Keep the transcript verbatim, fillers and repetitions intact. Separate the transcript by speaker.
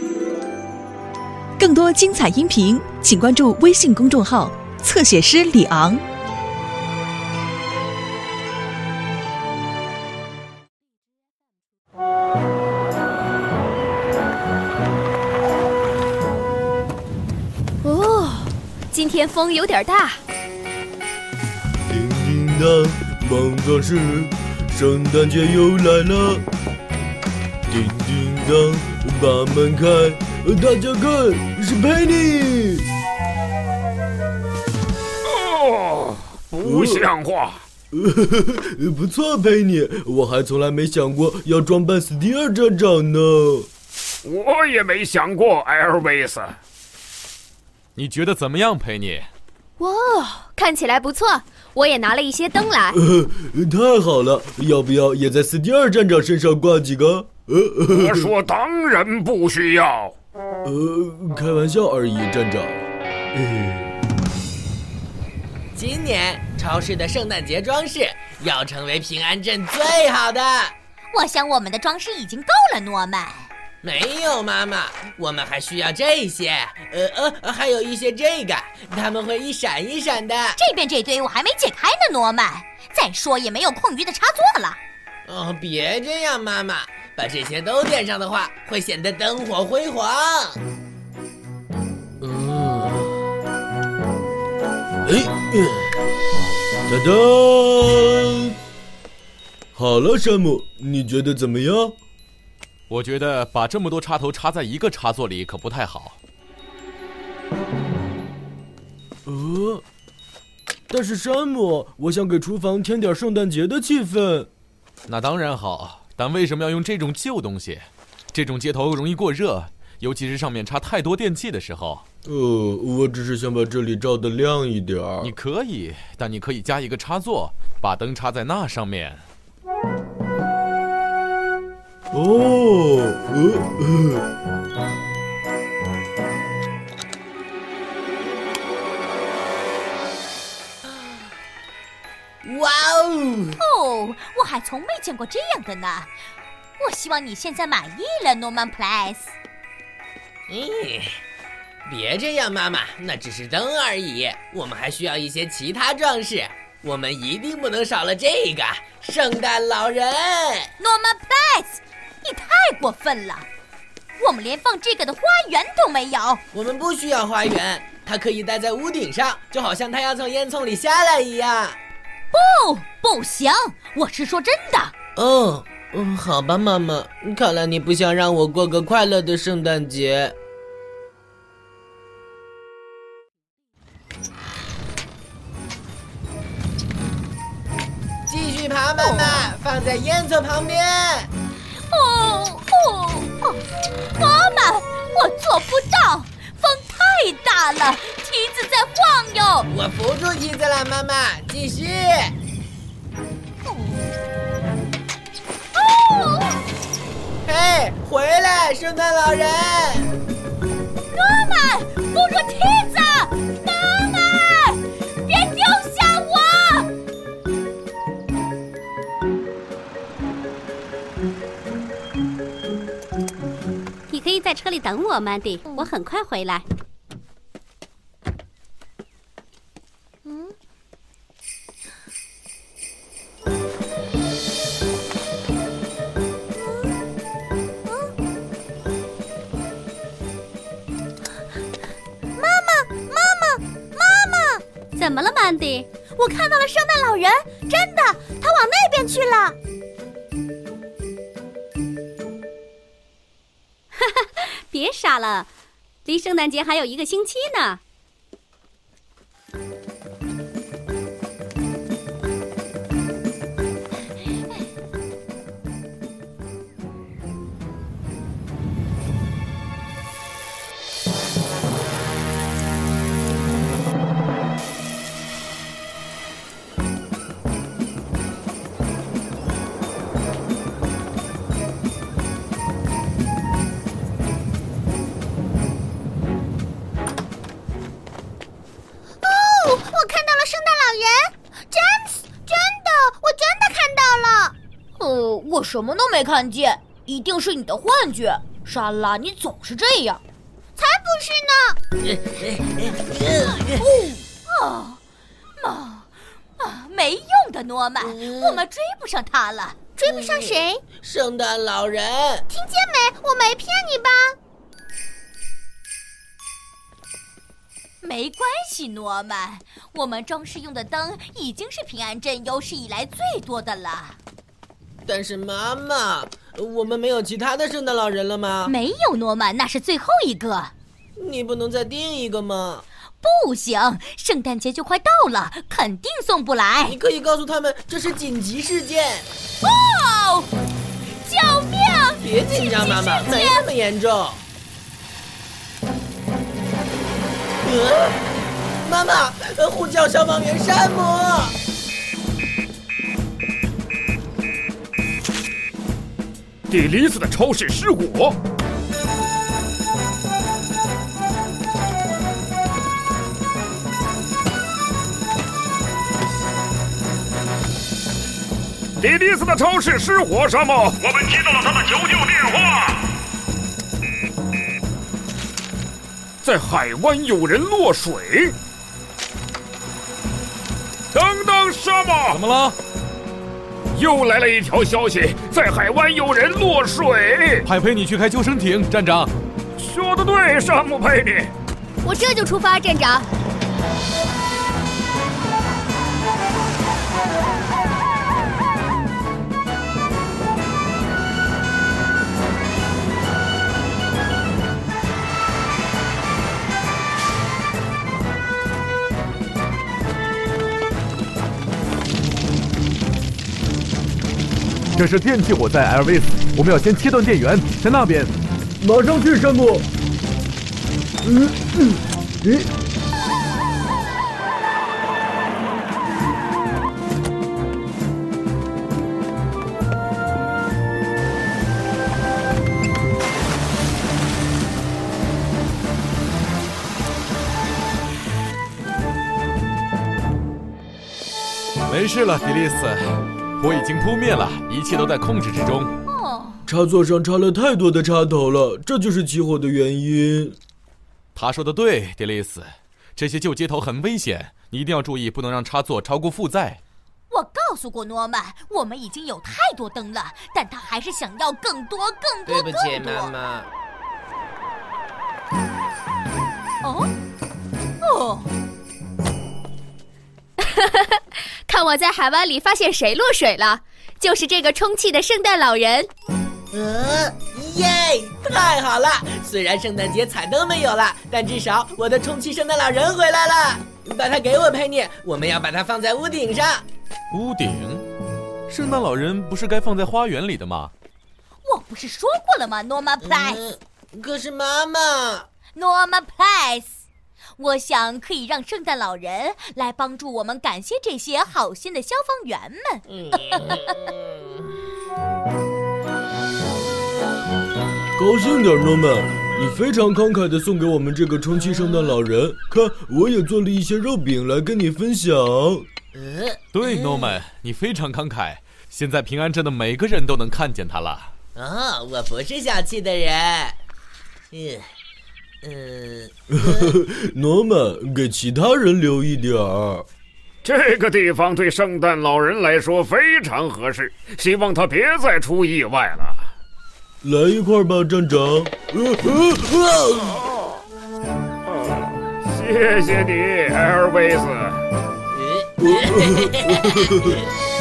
Speaker 1: 更多精彩音频，请关注微信公众号“侧写师李昂”。
Speaker 2: 哦，今天风有点大。
Speaker 3: 叮叮当，梦告示，圣诞节又来了。叮叮当，把门开，大家看，是佩妮。
Speaker 4: 哦，不像话。
Speaker 3: 不错，佩妮，我还从来没想过要装扮斯蒂尔站长呢。
Speaker 4: 我也没想过，艾尔维斯。
Speaker 5: 你觉得怎么样，佩妮？
Speaker 2: 哇，看起来不错。我也拿了一些灯来。
Speaker 3: 呃，太好了，要不要也在斯蒂尔站长身上挂几个？呃，
Speaker 4: 我说当然不需要。
Speaker 3: 呃，开玩笑而已，站长。呃、
Speaker 6: 今年超市的圣诞节装饰要成为平安镇最好的。
Speaker 7: 我想我们的装饰已经够了，诺曼。
Speaker 6: 没有，妈妈，我们还需要这些，呃呃，还有一些这个，它们会一闪一闪的。
Speaker 7: 这边这堆我还没解开呢，诺曼。再说也没有空余的插座了。
Speaker 6: 哦，别这样，妈妈，把这些都点上的话，会显得灯火辉煌。
Speaker 3: 嗯，哎，哒哒，好了，山姆，你觉得怎么样？
Speaker 5: 我觉得把这么多插头插在一个插座里可不太好。
Speaker 3: 呃，但是山姆，我想给厨房添点圣诞节的气氛。
Speaker 5: 那当然好，但为什么要用这种旧东西？这种接头容易过热，尤其是上面插太多电器的时候。
Speaker 3: 呃，我只是想把这里照得亮一点。
Speaker 5: 你可以，但你可以加一个插座，把灯插在那上面。
Speaker 3: 哦，呃呃，
Speaker 6: 哇哦！
Speaker 7: 哦，我还从没见过这样的呢。我希望你现在满意了，诺曼普莱斯。
Speaker 6: 嗯，别这样，妈妈，那只是灯而已。我们还需要一些其他装饰。我们一定不能少了这个圣诞老人。
Speaker 7: 诺曼普莱斯。你太过分了！我们连放这个的花园都没有。
Speaker 6: 我们不需要花园，它可以待在屋顶上，就好像它要从烟囱里下来一样。
Speaker 7: 不，不行，我是说真的。
Speaker 6: 哦，嗯，好吧，妈妈，看来你不想让我过个快乐的圣诞节。继续爬，妈妈，哦、放在烟囱旁边。
Speaker 7: 哦哦哦！妈妈，我做不到，风太大了，梯子在晃悠。
Speaker 6: 我扶住梯子了，妈妈，继续。哦！嘿，回来，圣诞老人！
Speaker 7: 妈妈，扶住梯子！妈妈，别丢下我！
Speaker 8: 你可以在车里等我，曼迪，我很快回来。
Speaker 7: 嗯。妈妈，妈妈，妈妈！
Speaker 8: 怎么了，曼迪？
Speaker 7: 我看到了圣诞老人，真的，他往那边去了。
Speaker 8: 别傻了，离圣诞节还有一个星期呢。
Speaker 7: 我什么都没看见，一定是你的幻觉。 莎拉，你总是这样。
Speaker 2: 才不是
Speaker 7: 呢！哦，啊啊，没用的，诺曼，我们追不上他了。
Speaker 2: 追不上谁？
Speaker 6: 圣诞老人。
Speaker 2: 听见没？我没骗你吧？
Speaker 7: 没关系，诺曼，我们装饰用的灯已经是平安镇有史以来最多的了。
Speaker 6: 但是妈妈，我们没有其他的圣诞老人了吗？
Speaker 7: 没有，诺曼，那是最后一个。
Speaker 6: 你不能再订一个吗？
Speaker 7: 不行，圣诞节就快到了，肯定送不来。
Speaker 6: 你可以告诉他们这是紧急事件。
Speaker 7: 哦，救命！
Speaker 6: 别紧张，妈妈，没那么严重。呃，妈妈，呼叫消防员山姆。
Speaker 4: 迪丽斯的超市失火。迪丽斯的超市失火，山姆，我们接到了他的求救电话。在海湾有人落水。等等，山姆，
Speaker 5: 怎么了？
Speaker 4: 又来了一条消息，在海湾有人落水。
Speaker 5: 派佩妮去开救生艇，站长。
Speaker 4: 说得对，山姆佩妮。
Speaker 2: 我这就出发，站长。
Speaker 5: 这是电气火灾，艾尔维斯，我们要先切断电源，在那边。
Speaker 3: 马上去，山姆。嗯嗯，咦？
Speaker 5: 没事了，迪丽斯。火已经扑灭了，一切都在控制之中。
Speaker 7: 哦，
Speaker 3: 插座上插了太多的插头了，这就是起火的原因。
Speaker 5: 他说的对，迪丽斯，这些旧接头很危险，你一定要注意，不能让插座超过负载。
Speaker 7: 我告诉过诺曼，我们已经有太多灯了，但他还是想要更多、更多、
Speaker 6: 对不起，
Speaker 7: 更多。
Speaker 6: 妈妈。
Speaker 7: 哦，哦。
Speaker 2: 看我在海湾里发现谁落水了，就是这个充气的圣诞老人。
Speaker 6: 呃，耶，太好了！虽然圣诞节彩灯没有了，但至少我的充气圣诞老人回来了。把它给我，佩妮，我们要把它放在屋顶上。
Speaker 5: 屋顶？圣诞老人不是该放在花园里的吗？
Speaker 7: 我不是说过了吗 ，Norma Price？、
Speaker 6: 嗯、可是妈妈
Speaker 7: ，Norma Price。我想可以让圣诞老人来帮助我们感谢这些好心的消防员们。嗯、
Speaker 3: 高兴点，诺曼，你非常慷慨地送给我们这个充气圣诞老人。看，我也做了一些肉饼来跟你分享。
Speaker 6: 呃、
Speaker 5: 对，诺曼，你非常慷慨，现在平安镇的每个人都能看见他了。
Speaker 6: 哦，我不是小气的人。嗯。嗯，
Speaker 3: 诺曼，给其他人留一点儿。
Speaker 4: 这个地方对圣诞老人来说非常合适，希望他别再出意外了。
Speaker 3: 来一块吧，站长。呃呃
Speaker 4: 呃、谢谢你，艾尔维斯。